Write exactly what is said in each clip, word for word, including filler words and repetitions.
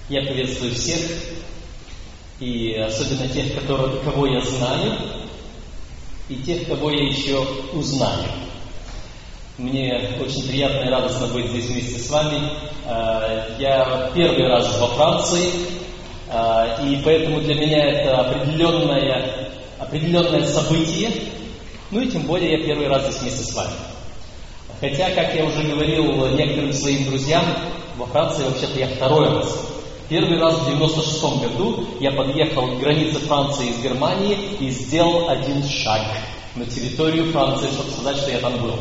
Я приветствую всех, и особенно тех, которые, кого я знаю, и тех, кого я еще узнаю. Мне очень приятно и радостно быть здесь вместе с вами. Я первый раз во Франции, и поэтому для меня это определенное, определенное событие. Ну и тем более я первый раз здесь вместе с вами. Хотя, как я уже говорил некоторым своим друзьям, во Франции вообще-то я второй раз. Первый раз в девяносто шестом году я подъехал к границе Франции с Германией и сделал один шаг на территорию Франции, чтобы сказать, что я там был.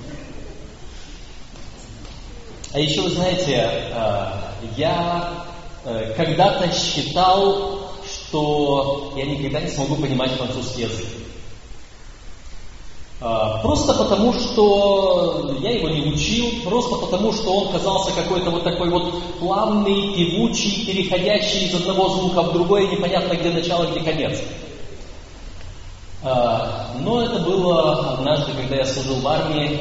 А еще, вы знаете, я когда-то считал, что я никогда не смогу понимать французский язык. Просто потому, что я его не учил, просто потому, что он казался какой-то вот такой вот плавный, певучий, переходящий из одного звука в другой, непонятно где начало, где конец. Но это было однажды, когда я служил в армии.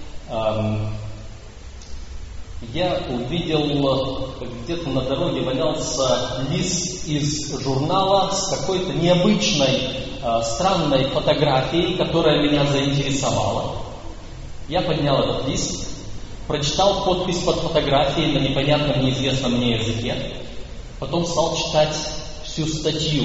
Я увидел, где-то на дороге валялся лист из журнала с какой-то необычной, э, странной фотографией, которая меня заинтересовала. Я поднял этот лист, прочитал подпись под фотографией на непонятном, неизвестном мне языке, потом стал читать всю статью.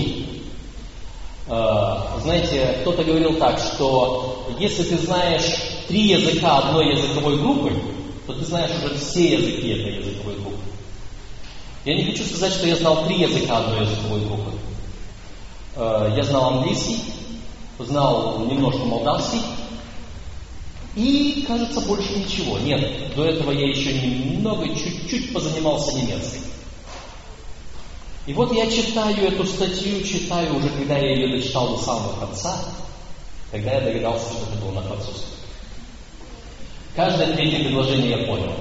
Э, знаете, кто-то говорил так, что если ты знаешь три языка одной языковой группы, то ты знаешь уже все языки этой языковой группы. Я не хочу сказать, что я знал три языка одной языковой группы. Я знал английский, знал немножко молдавский и, кажется, больше ничего. Нет, до этого я еще немного, чуть-чуть позанимался немецким. И вот я читаю эту статью, читаю уже, когда я ее дочитал до самого конца, тогда я догадался, что это было на французском. Каждое третье предложение я понял.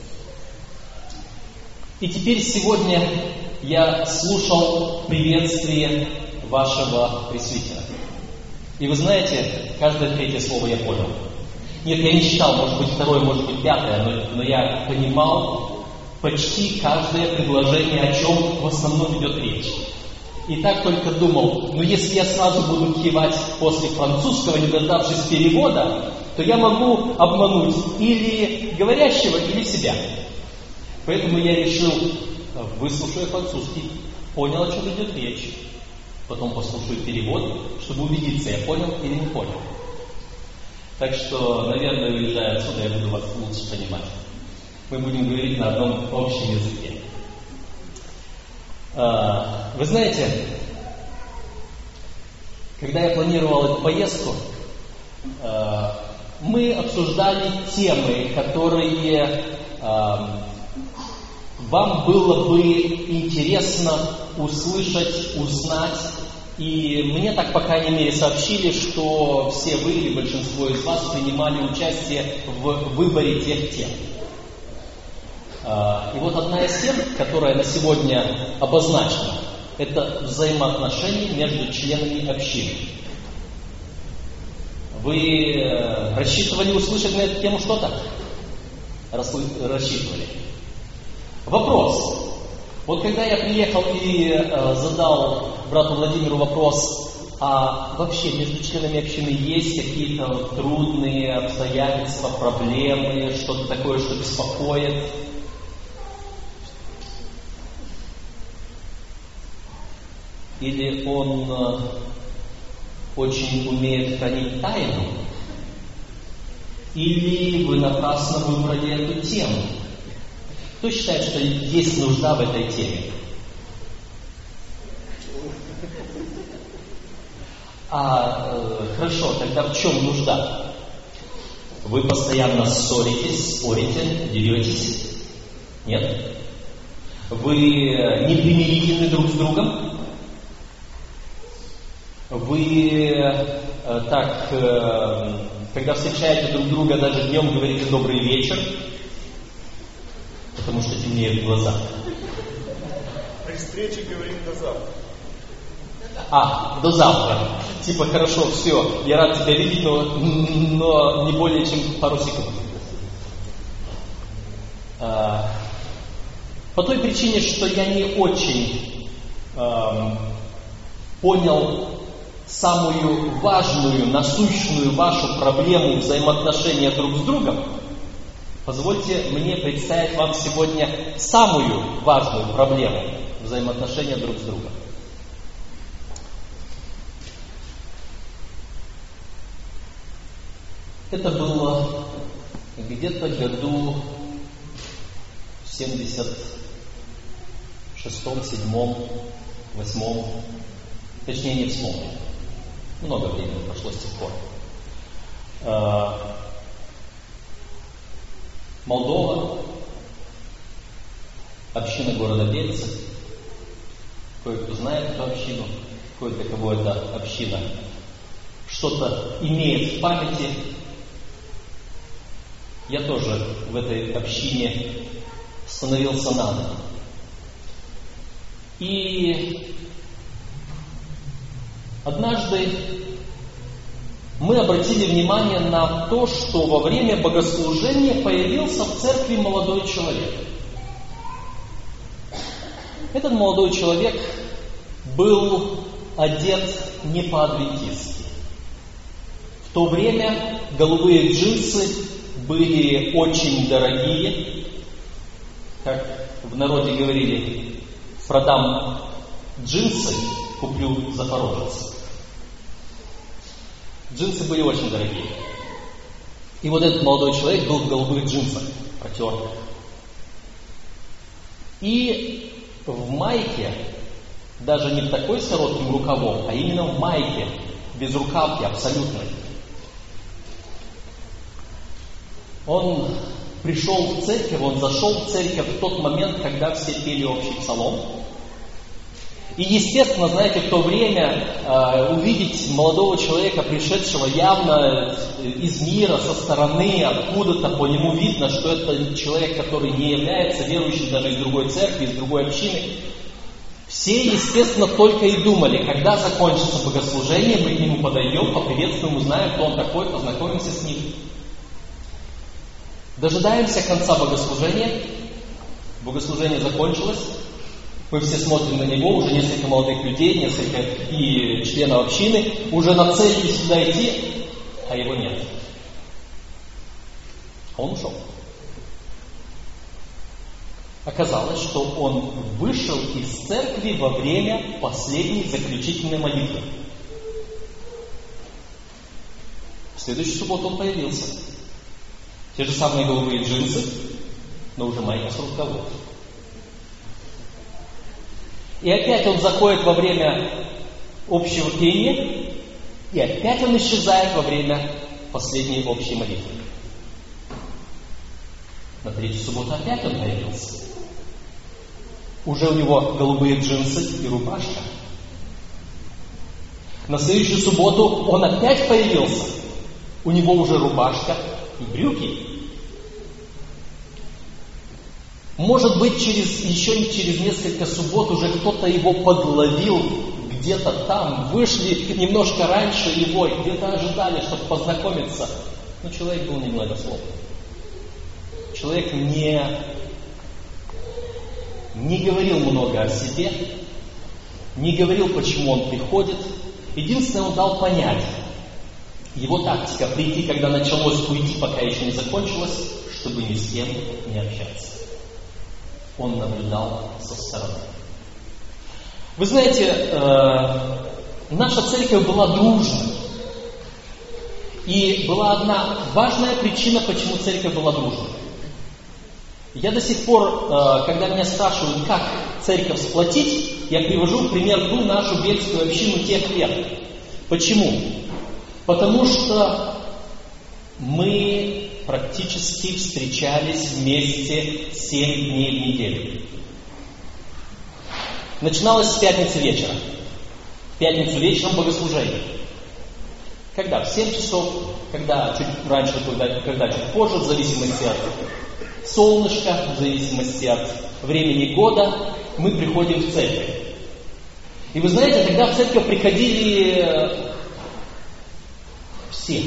И теперь сегодня я слушал приветствие вашего пресвитера. И вы знаете, каждое третье слово я понял. Нет, я не считал, может быть второе, может быть пятое, но, но я понимал почти каждое предложение, о чем в основном идет речь. И так только думал, ну если я сразу буду кивать после французского, не дождавшись перевода, то я могу обмануть или говорящего, или себя. Поэтому я решил, выслушаю французский, понял, о чем идет речь. Потом послушаю перевод, чтобы убедиться, я понял или не понял. Так что, наверное, уезжая отсюда, я буду вас лучше понимать. Мы будем говорить на одном общем языке. Вы знаете, когда я планировал эту поездку, мы обсуждали темы, которые вам было бы интересно услышать, узнать. И мне так, по крайней мере, сообщили, что все вы или большинство из вас принимали участие в выборе тех тем. И вот одна из тем, которая на сегодня обозначена, это взаимоотношения между членами общины. Вы рассчитывали услышать на эту тему что-то? Рассчитывали. Вопрос. Вот когда я приехал и э, задал брату Владимиру вопрос, а вообще между членами общины есть какие-то трудные обстоятельства, проблемы, что-то такое, что беспокоит? Или он э, очень умеет хранить тайну? Или вы напрасно выбрали эту тему? Кто считает, что есть нужда в этой теме? А, э, хорошо, тогда в чем нужда? Вы постоянно ссоритесь, спорите, деретесь? Нет? Вы непримирительны друг с другом? Вы э, так, э, когда встречаете друг друга, даже днем говорите «добрый вечер», потому что темнеет в глазах. При встрече говорим «до завтра». А, до завтра. Типа, хорошо, все, я рад тебя видеть, но, но не более чем пару секунд. А, По той причине, что я не очень э, понял самую важную, насущную вашу проблему взаимоотношения друг с другом, позвольте мне представить вам сегодня самую важную проблему взаимоотношения друг с другом. Это было где-то году в семьдесят шестом, седьмом, восьмом, точнее не вспомню. Много времени прошло с тех пор. Молдова, община города Бельцы. Кое-кто знает эту общину, кое для кого эта община что-то имеет в памяти. Я тоже в этой общине становился на ноги. И однажды мы обратили внимание на то, что во время богослужения появился в церкви молодой человек. Этот молодой человек был одет не по-адвентистски. В то время голубые джинсы были очень дорогие. Как в народе говорили, продам джинсы, куплю запорожец. Джинсы были очень дорогие. И вот этот молодой человек был в голубых джинсах, протертых. И в майке, даже не в такой с коротким рукавом, а именно в майке, без рукавки абсолютной. Он пришел в церковь, он зашел в церковь в тот момент, когда все пели общий псалом. И, естественно, знаете, в то время э, увидеть молодого человека, пришедшего явно из мира, со стороны, откуда-то по нему видно, что это человек, который не является верующим даже из другой церкви, из другой общины. Все, естественно, только и думали, когда закончится богослужение, мы к нему подойдем, поприветствуем, узнаем, кто он такой, познакомимся с ним. Дожидаемся конца богослужения. Богослужение закончилось. Мы все смотрим на него, уже несколько молодых людей, несколько и членов общины, уже нацелились сюда идти, а его нет. А он ушел. Оказалось, что он вышел из церкви во время последней заключительной молитвы. В следующую субботу он появился. Те же самые голубые джинсы, но уже майка с рукавом. И опять он заходит во время общего пения, и опять он исчезает во время последней общей молитвы. На третью субботу опять он появился. Уже у него голубые джинсы и рубашка. На следующую субботу он опять появился. У него уже рубашка и брюки. Может быть, через, еще через несколько суббот уже кто-то его подловил где-то там, вышли немножко раньше его, где-то ожидали, чтобы познакомиться. Но человек был немногословный. Человек не, не говорил много о себе, не говорил, почему он приходит. Единственное, он дал понять. Его тактика прийти, когда началось, уйти, пока еще не закончилось, чтобы ни с кем не общаться. Он наблюдал со стороны. Вы знаете, э, наша церковь была дружной. И была одна важная причина, почему церковь была дружной. Я до сих пор, э, когда меня спрашивают, как церковь сплотить, я привожу в пример ту нашу бельскую общину тех лет. Почему? Потому что мы практически встречались вместе семь дней в неделю. Начиналось с пятницы вечера. В пятницу вечером богослужение. Когда? В семь часов, когда чуть раньше, когда, когда чуть позже, в зависимости от солнышка, в зависимости от времени года, мы приходим в церковь. И вы знаете, когда в церковь приходили все,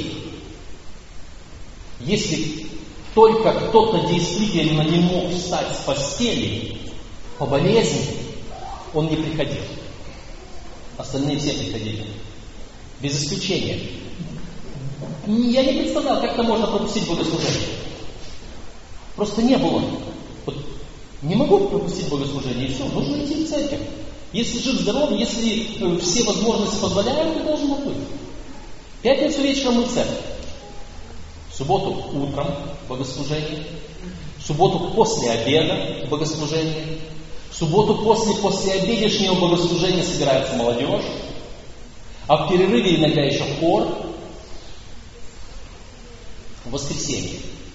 если только кто-то действительно не мог встать с постели, по болезни он не приходил. Остальные все приходили. Без исключения. Я не представлял, как это можно пропустить богослужение. Просто не было. Вот не могу пропустить богослужение, и все, нужно идти в церковь. Если жив-здоров, если все возможности позволяют, то должен быть. В пятницу вечером мы в церковь. В субботу утром богослужение. В субботу после обеда богослужение. В субботу после послеобедешнего богослужения собирается молодежь. А в перерыве иногда еще хор. В воскресенье.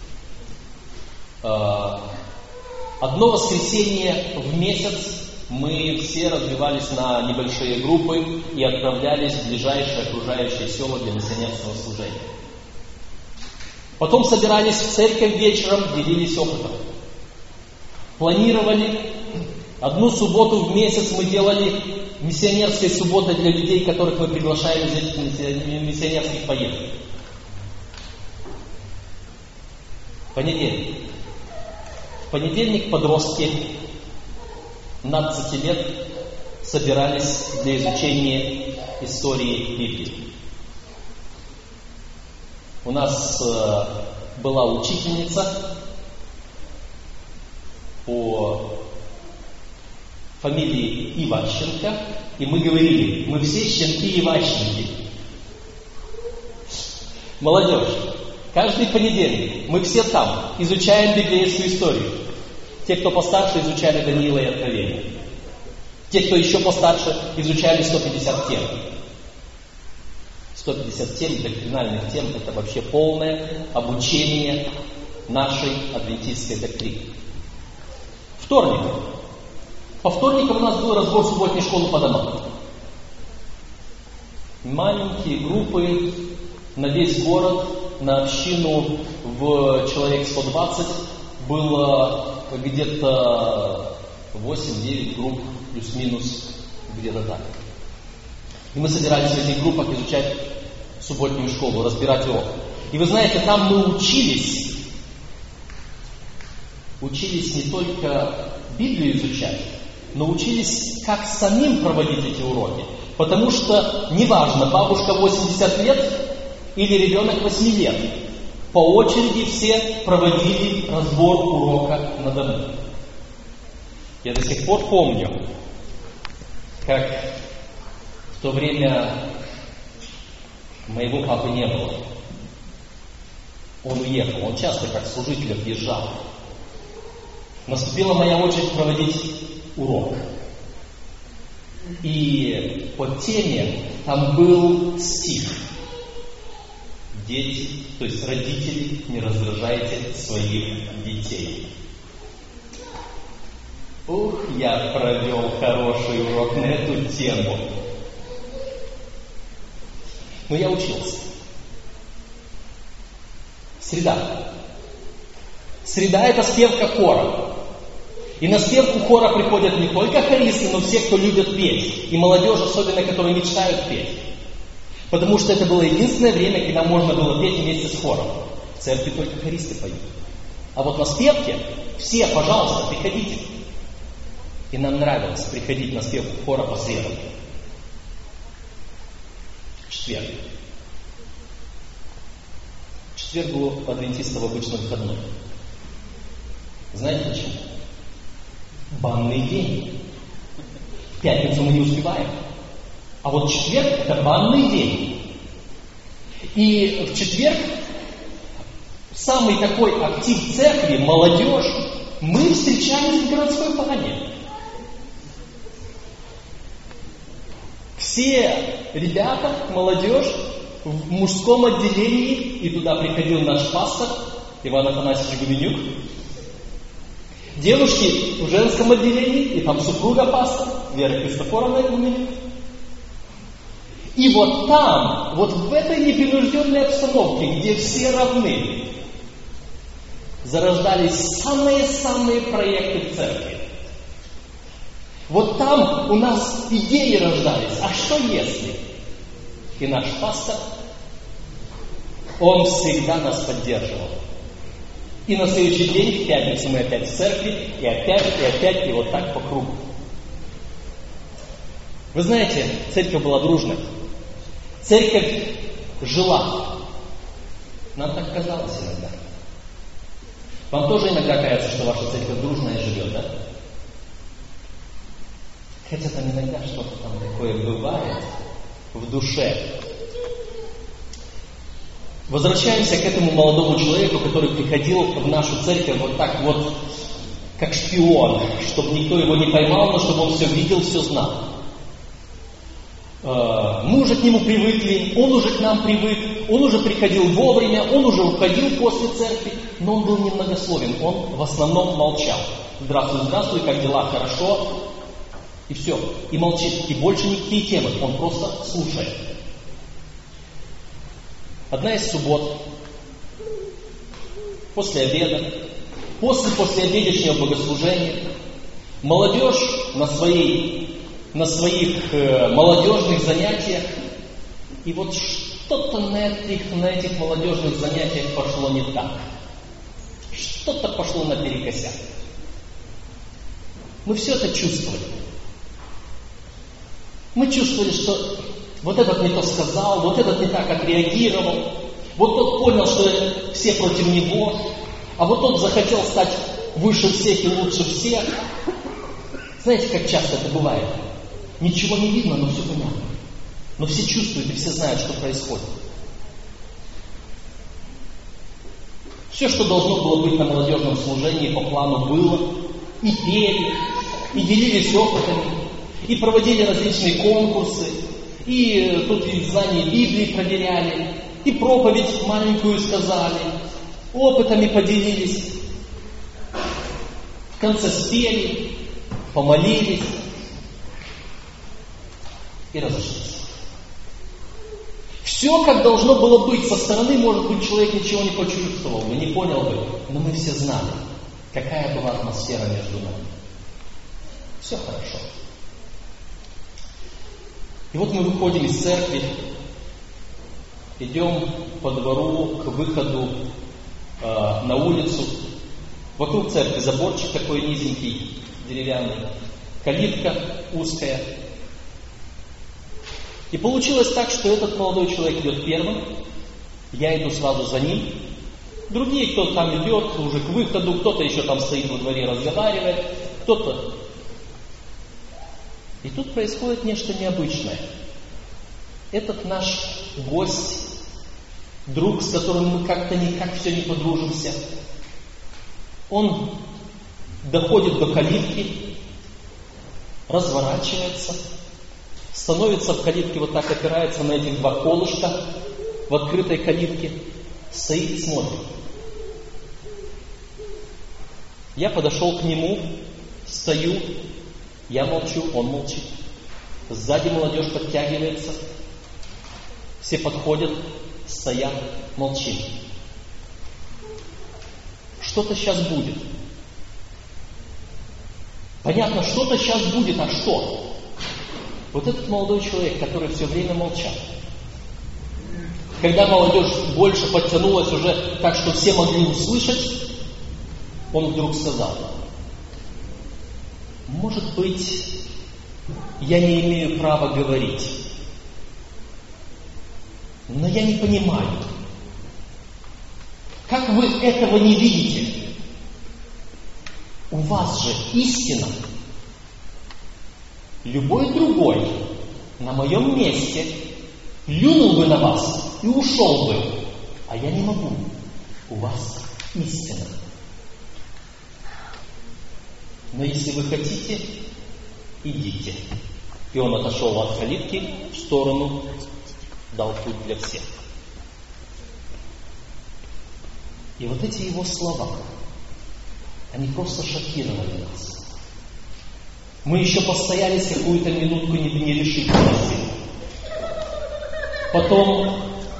Одно воскресенье в месяц мы все разбивались на небольшие группы и отправлялись в ближайшие окружающие села для миссионерского служения. Потом собирались в церковь вечером, делились опытом. Планировали. Одну субботу в месяц мы делали миссионерской субботой для людей, которых мы приглашаем из этих миссионерских поездок. Понедельник. В понедельник подростки двенадцати лет собирались для изучения истории Библии. У нас э, была учительница по фамилии Иващенко, и мы говорили, мы все щенки Иващенки. Молодежь, каждый понедельник мы все там изучаем библейскую историю. Те, кто постарше, изучали Даниила и Откровения. Те, кто еще постарше, изучали сто пятьдесят тем. сто пятьдесят тем доктринальных тем – это вообще полное обучение нашей адвентистской доктрине. Вторник. По вторникам у нас был разбор субботней школы по домам. Маленькие группы на весь город, на общину в человек сто двадцать было где-то восемь-девять групп, плюс-минус, где-то так. И мы собирались в этих группах изучать субботнюю школу, разбирать урок. И вы знаете, там мы учились, учились не только Библию изучать, но учились, как самим проводить эти уроки. Потому что, неважно, бабушка восемьдесят лет или ребенок восемь лет, по очереди все проводили разбор урока на дому. Я до сих пор помню, как в то время моего папы не было. Он уехал, он часто как служитель отъезжал. Наступила моя очередь проводить урок. И по теме там был стих. Дети, то есть родители, не раздражайте своих детей. Ух, я провел хороший урок на эту тему. Но я учился. Среда. Среда – это спевка хора. И на спевку хора приходят не только хористы, но все, кто любит петь. И молодежь, особенно, которые мечтают петь. Потому что это было единственное время, когда можно было петь вместе с хором. В церкви только хористы поют. А вот на спевке все, пожалуйста, приходите. И нам нравилось приходить на спевку хора по средам. В четверг. В четверг был у адвентистов обычно выходной. Знаете почему? Банный день. В пятницу мы не успеваем. А вот четверг – это банный день. И в четверг самый такой актив церкви, молодежь, мы встречались в городской бане. Все ребята, молодежь в мужском отделении, и туда приходил наш пастор Иван Афанасьевич Гуменюк. Девушки в женском отделении, и там супруга пастора Вера Христофоровна Гуменюк. И вот там, вот в этой непринужденной обстановке, где все равны, зарождались самые-самые проекты в церкви. Вот там у нас идеи рождались. А что если? И наш пастор, он всегда нас поддерживал. И на следующий день, в пятницу, мы опять в церкви, и опять, и опять, и вот так по кругу. Вы знаете, церковь была дружной. Церковь жила. Нам так казалось иногда. Вам тоже иногда кажется, что ваша церковь дружная живет, да? Хотя там иногда что-то там такое бывает в душе. Возвращаемся к этому молодому человеку, который приходил в нашу церковь вот так вот, как шпион, чтобы никто его не поймал, но чтобы он все видел, все знал. Мы уже к нему привыкли, он уже к нам привык, он уже приходил вовремя, он уже уходил после церкви, но он был немногословен, он в основном молчал. Здравствуй, здравствуй, как дела, хорошо? И все, и молчит, и больше никакие темы, он просто слушает. Одна из суббот, после обеда, после послеобедешнего богослужения, молодежь на, своей, на своих э, молодежных занятиях, и вот что-то на этих, на этих молодежных занятиях пошло не так. Что-то пошло наперекосяк. Мы все это чувствовали. Мы чувствовали, что вот этот не то сказал, вот этот не так отреагировал, вот тот понял, что все против него, а вот тот захотел стать выше всех и лучше всех. Знаете, как часто это бывает? Ничего не видно, но все понятно. Но все чувствуют и все знают, что происходит. Все, что должно было быть на молодежном служении, по плану было. И пели, и делились опытами, и проводили различные конкурсы, и тут и знания Библии проверяли, и проповедь маленькую сказали, опытами поделились. В конце спели, помолились и разошлись. Все, как должно было быть. Со стороны, может быть, человек ничего не почувствовал бы, не понял бы, но мы все знали, какая была атмосфера между нами. Все хорошо. И вот мы выходим из церкви, идем по двору к выходу э, на улицу. Вокруг церкви заборчик такой низенький, деревянный, калитка узкая. И получилось так, что этот молодой человек идет первым, я иду сразу за ним. Другие, кто там идет уже к выходу, кто-то еще там стоит во дворе, разговаривает, кто-то... И тут происходит нечто необычное. Этот наш гость, друг, с которым мы как-то никак все не подружимся, он доходит до калитки, разворачивается, становится в калитке, вот так опирается на эти два колышка в открытой калитке, стоит, смотрит. Я подошел к нему, стою, я молчу, он молчит. Сзади молодежь подтягивается, все подходят, стоят, молчим. Что-то сейчас будет. Понятно, что-то сейчас будет, а что? Вот этот молодой человек, который все время молчал. Когда молодежь больше подтянулась уже так, что все могли услышать, он вдруг сказал: может быть, я не имею права говорить, но я не понимаю, как вы этого не видите? У вас же истина. Любой другой на моем месте плюнул бы на вас и ушел бы, а я не могу. У вас истина. Но если вы хотите, идите. И он отошел от калитки в сторону, дал путь для всех. И вот эти его слова, они просто шокировали нас. Мы еще постояли с какую-то минутку нерешительности. Потом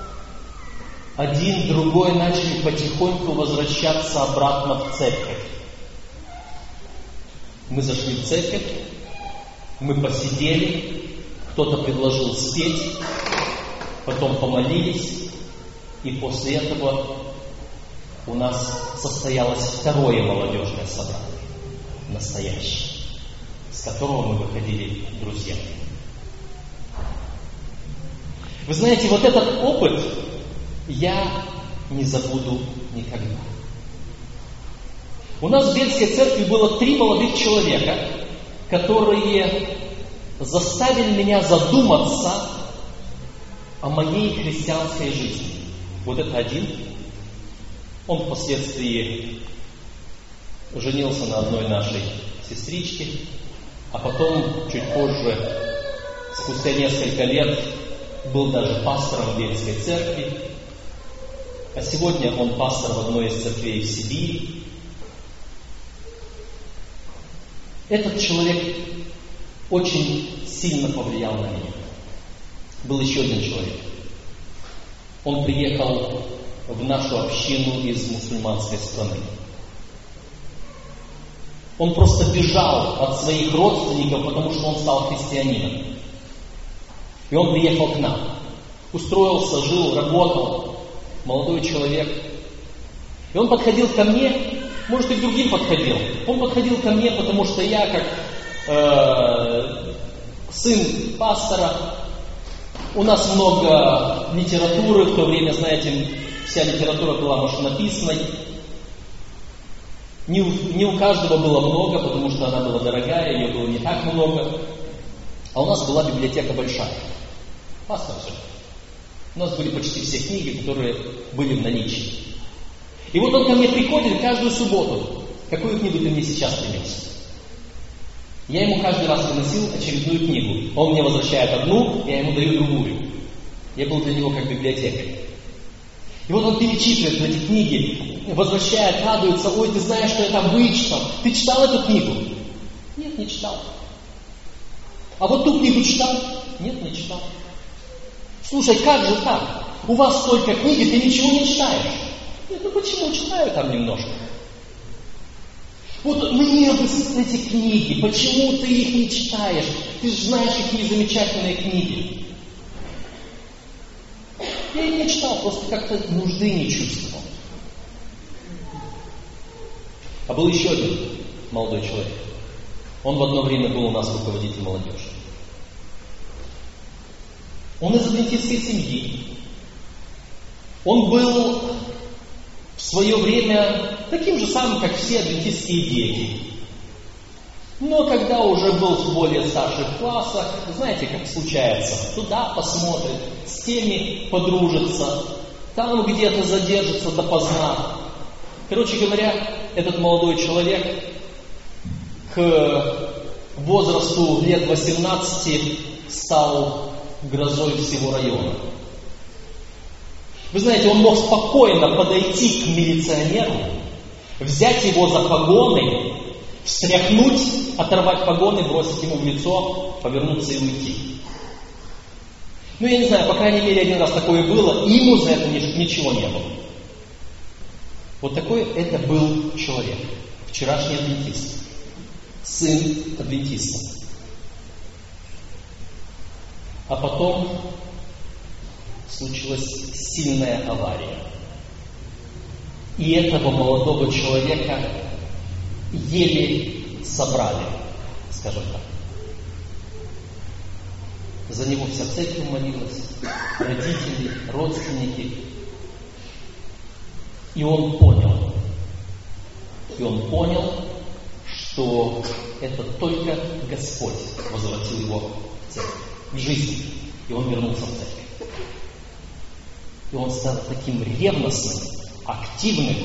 один, другой начали потихоньку возвращаться обратно в церковь. Мы зашли в церковь, мы посидели, кто-то предложил спеть, потом помолились, и после этого у нас состоялось второе молодежное собрание, настоящее, с которого мы выходили друзьями. Вы знаете, вот этот опыт я не забуду никогда. У нас в Бельской церкви было три молодых человека, которые заставили меня задуматься о моей христианской жизни. Вот это один. Он впоследствии женился на одной нашей сестричке, а потом, чуть позже, спустя несколько лет, был даже пастором Бельской церкви. А сегодня он пастор в одной из церквей в Сибири. Этот человек очень сильно повлиял на меня. Был еще один человек. Он приехал в нашу общину из мусульманской страны. Он просто бежал от своих родственников, потому что он стал христианином. И он приехал к нам. Устроился, жил, работал. Молодой человек. И он подходил ко мне, может и к другим подходил. Он подходил ко мне, потому что я, как э, сын пастора, у нас много литературы, в то время, знаете, вся литература была машинописной. Не у, не у каждого было много, потому что она была дорогая, ее было не так много. А у нас была библиотека большая. Пастор же. У нас были почти все книги, которые были в наличии. И вот он ко мне приходит каждую субботу. Какую книгу ты мне сейчас принес? Я ему каждый раз приносил очередную книгу. Он мне возвращает одну, я ему даю другую. Я был для него как библиотекарь. И вот он перечитывает эти книги, возвращает, радуется. Ой, ты знаешь, что я там вычитал. Ты читал эту книгу? Нет, не читал. А вот ту книгу читал? Нет, не читал. Слушай, как же так? У вас столько книг, и ты ничего не читаешь. Нет, ну почему? Читаю там немножко. Вот мне бы эти книги, почему ты их не читаешь? Ты же знаешь, какие замечательные книги. Я их не читал, просто как-то нужды не чувствовал. А был еще один молодой человек. Он в одно время был у нас руководителем молодежи. Он из адвентистской семьи. Он был в свое время таким же самым, как все адвентистские дети. Но когда уже был в более старших классах, знаете, как случается, туда посмотрит, с теми подружится, там где-то задержится допоздна. Короче говоря, этот молодой человек к возрасту лет восемнадцати стал грозой всего района. Вы знаете, он мог спокойно подойти к милиционеру, взять его за погоны, встряхнуть, оторвать погоны, бросить ему в лицо, повернуться и уйти. Ну, я не знаю, по крайней мере, один раз такое было, и ему за это ничего не было. Вот такой это был человек, вчерашний адвентист, сын адвентиста. А потом случилась сильная авария. И этого молодого человека еле собрали, скажем так. За него вся церковь молилась, родители, родственники. И он понял, и он понял, что это только Господь возвратил его в церковь, в жизнь. И он вернулся в церковь. И он стал таким ревностным, активным.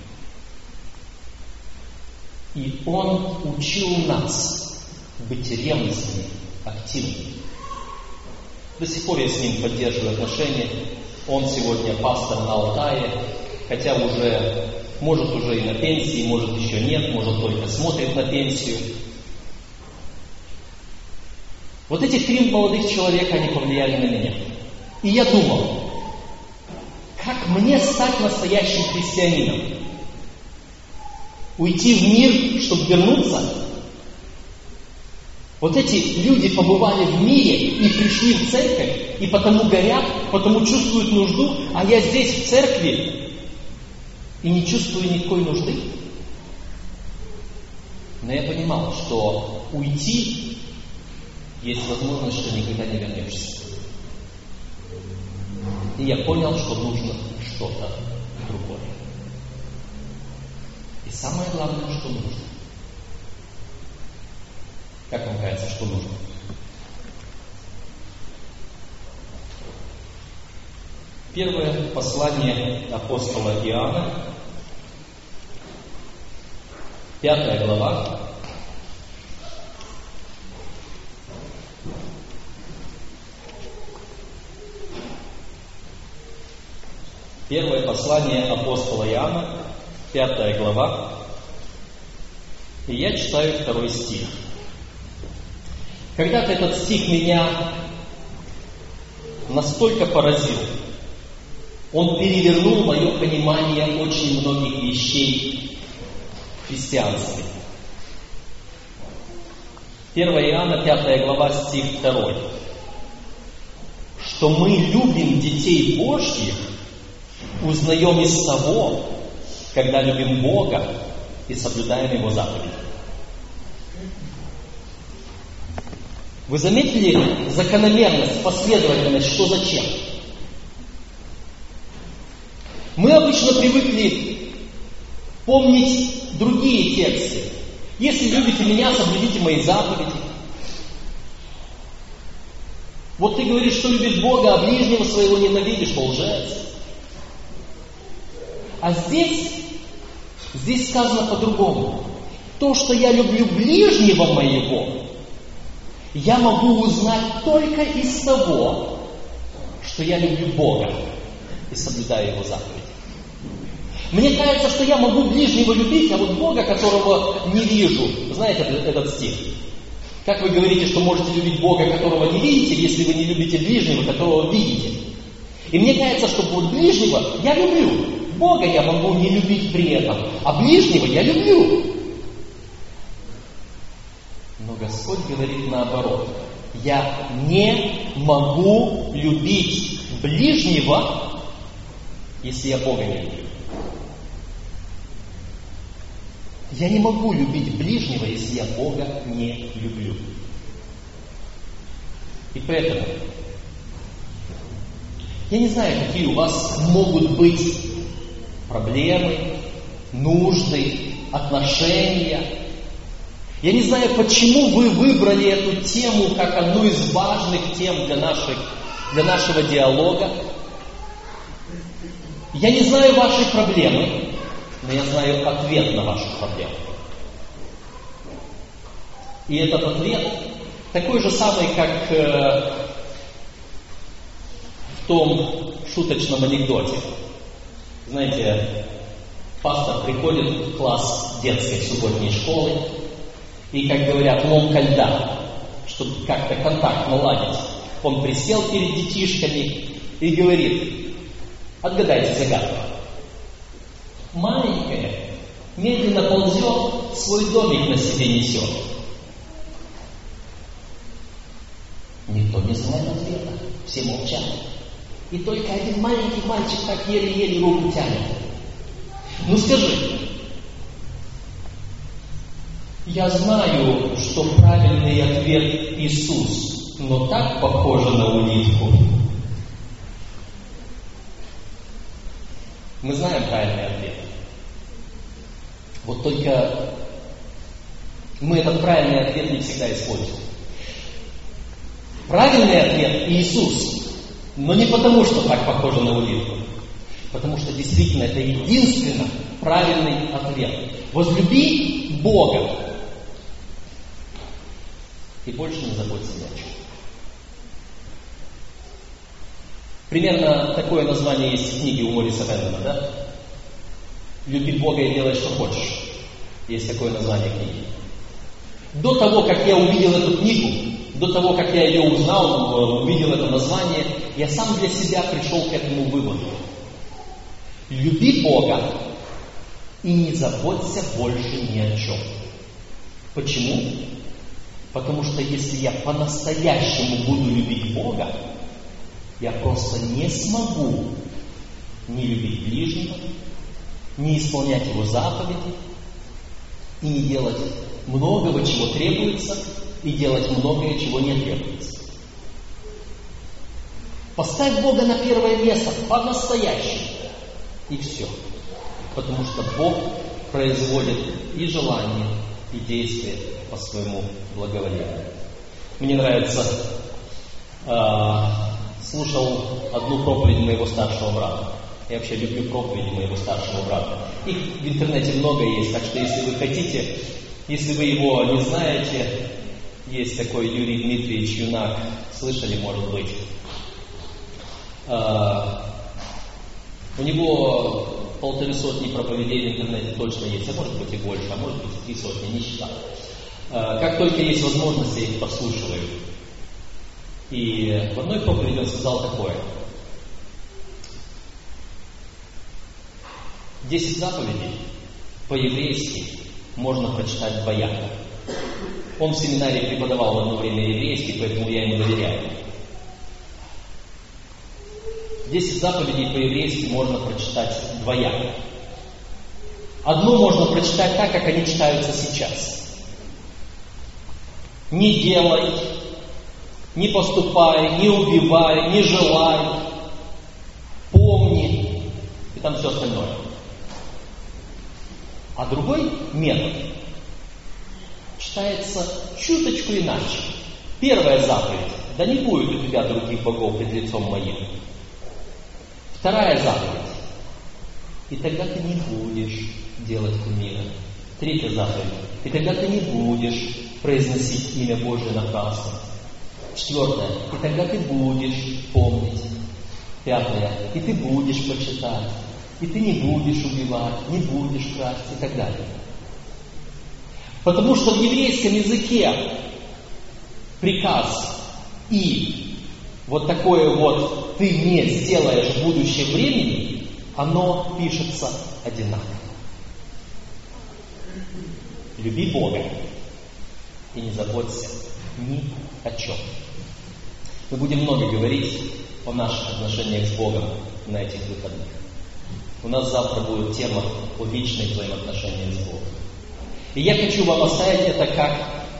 И он учил нас быть ревностными, активными. До сих пор я с ним поддерживаю отношения. Он сегодня пастор на Алтае, хотя уже, может уже и на пенсии, может еще нет, может только смотрит на пенсию. Вот эти три молодых человека, они повлияли на меня. И я думал, как мне стать настоящим христианином? Уйти в мир, чтобы вернуться? Вот эти люди побывали в мире и пришли в церковь, и потому горят, потому чувствуют нужду, а я здесь в церкви и не чувствую никакой нужды. Но я понимал, что уйти есть возможность, что никогда не вернешься. И я понял, что нужно что-то другое. И самое главное, что нужно. Как вам кажется, что нужно? Первое послание апостола Иоанна, пятая глава, первое послание апостола Иоанна, пятая глава, и я читаю второй стих. Когда-то этот стих меня настолько поразил, он перевернул мое понимание очень многих вещей в христианстве. первое Иоанна, пятая глава, стих второй. Что мы любим детей Божьих, узнаем из того, когда любим Бога и соблюдаем Его заповеди. Вы заметили закономерность, последовательность, что зачем? Мы обычно привыкли помнить другие тексты. Если любите меня, соблюдите мои заповеди. Вот ты говоришь, что любишь Бога, а ближнего своего ненавидишь, то лжец. А здесь, здесь сказано по-другому. То, что я люблю ближнего моего, я могу узнать только из того, что я люблю Бога и соблюдаю Его заповеди. Мне кажется, что я могу ближнего любить, а вот Бога, которого не вижу. Знаете этот стих? Как вы говорите, что можете любить Бога, которого не видите, если вы не любите ближнего, которого видите? И мне кажется, что вот ближнего я люблю. Бога я могу не любить при этом, а ближнего я люблю. Но Господь говорит наоборот. Я не могу любить ближнего, если я Бога не люблю. Я не могу любить ближнего, если я Бога не люблю. И поэтому я не знаю, какие у вас могут быть проблемы, нужды, отношения. Я не знаю, почему вы выбрали эту тему как одну из важных тем для, нашей, для нашего диалога. Я не знаю вашей проблемы, но я знаю ответ на вашу проблему. И этот ответ такой же самый, как э, в том шуточном анекдоте. Знаете, пастор приходит в класс детской субботней школы, и, как говорят, ломка льда, чтобы как-то контакт наладить. Он присел перед детишками и говорит: отгадайте загадку. Маленькая медленно ползет, свой домик на себе несет. Никто не знает ответа, все молчат. И только один маленький мальчик так еле-еле руку тянет. Ну скажи, я знаю, что правильный ответ Иисус, но так похоже на улитку. Мы знаем правильный ответ. Вот только мы этот правильный ответ не всегда используем. Правильный ответ Иисус, но не потому, что так похоже на улитку. Потому что действительно это единственно правильный ответ. Возлюби Бога и больше не заботься ни о чем. Примерно такое название есть в книге у Мориса Бендена, да? «Люби Бога и делай, что хочешь». Есть такое название книги. До того, как я увидел эту книгу, до того, как я ее узнал, увидел это название, я сам для себя пришел к этому выводу. Люби Бога и не заботься больше ни о чем. Почему? Потому что если я по-настоящему буду любить Бога, я просто не смогу не любить ближнего не исполнять Его заповеди и не делать многого, чего требуется, и делать многое, чего не требуется. Поставь Бога на первое место, по-настоящему, и все. Потому что Бог производит и желания, и действия по своему благоволению. Мне нравится, э, слушал одну проповедь моего старшего брата. Я вообще люблю проповеди моего старшего брата. Их в интернете много есть, так что если вы хотите, если вы его не знаете, есть такой Юрий Дмитриевич Юнак, слышали, может быть. Э, у него полторы сотни проповедей в интернете точно есть, а может быть и больше, а может быть и три сотни, не считаю. Как только есть возможность, я их послушиваю. И в одной проповеди он сказал такое. Десять заповедей по-еврейски можно прочитать двояко. Он в семинарии преподавал в одно время еврейский, поэтому я ему доверяю. Десять заповедей по-еврейски можно прочитать двояко. Одну можно прочитать так, как они читаются сейчас. Не делай, не поступай, не убивай, не желай, помни, и там все остальное. А другой метод читается чуточку иначе. Первая заповедь: да не будет у тебя других богов пред лицом моим. Вторая заповедь: и тогда ты не будешь делать кумира. Третья заповедь: и тогда ты не будешь произносить имя Божие напрасно. Четвертое: и тогда ты будешь помнить. Пятое: и ты будешь почитать. И ты не будешь убивать, не будешь красть и так далее. Потому что в еврейском языке приказ и вот такое вот ты не сделаешь в будущем времени, оно пишется одинаково. Люби Бога и не заботься ни о чем. Мы будем много говорить о наших отношениях с Богом на этих выходных. У нас завтра будет тема о личных взаимоотношениях с Богом. И я хочу вам оставить это как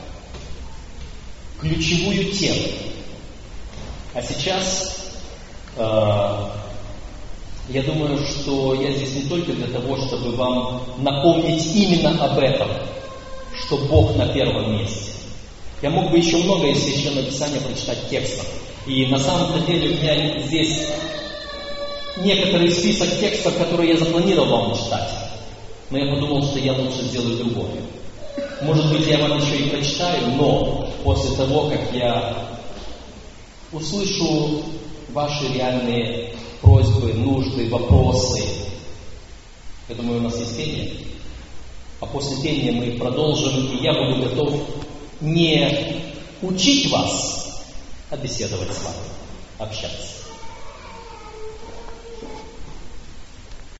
ключевую тему. А сейчас э, я думаю, что я здесь не только для того, чтобы вам напомнить именно об этом, что Бог на первом месте. Я мог бы еще много из Священного Писания прочитать текстов. И на самом-то деле у меня здесь некоторый список текстов, которые я запланировал вам читать. Но я подумал, что я лучше сделаю другое. Может быть, я вам еще и прочитаю, но после того, как я услышу ваши реальные просьбы, нужды, вопросы, я думаю, у нас есть пение. А после пения мы продолжим, и я буду готов не учить вас, а беседовать с вами, общаться.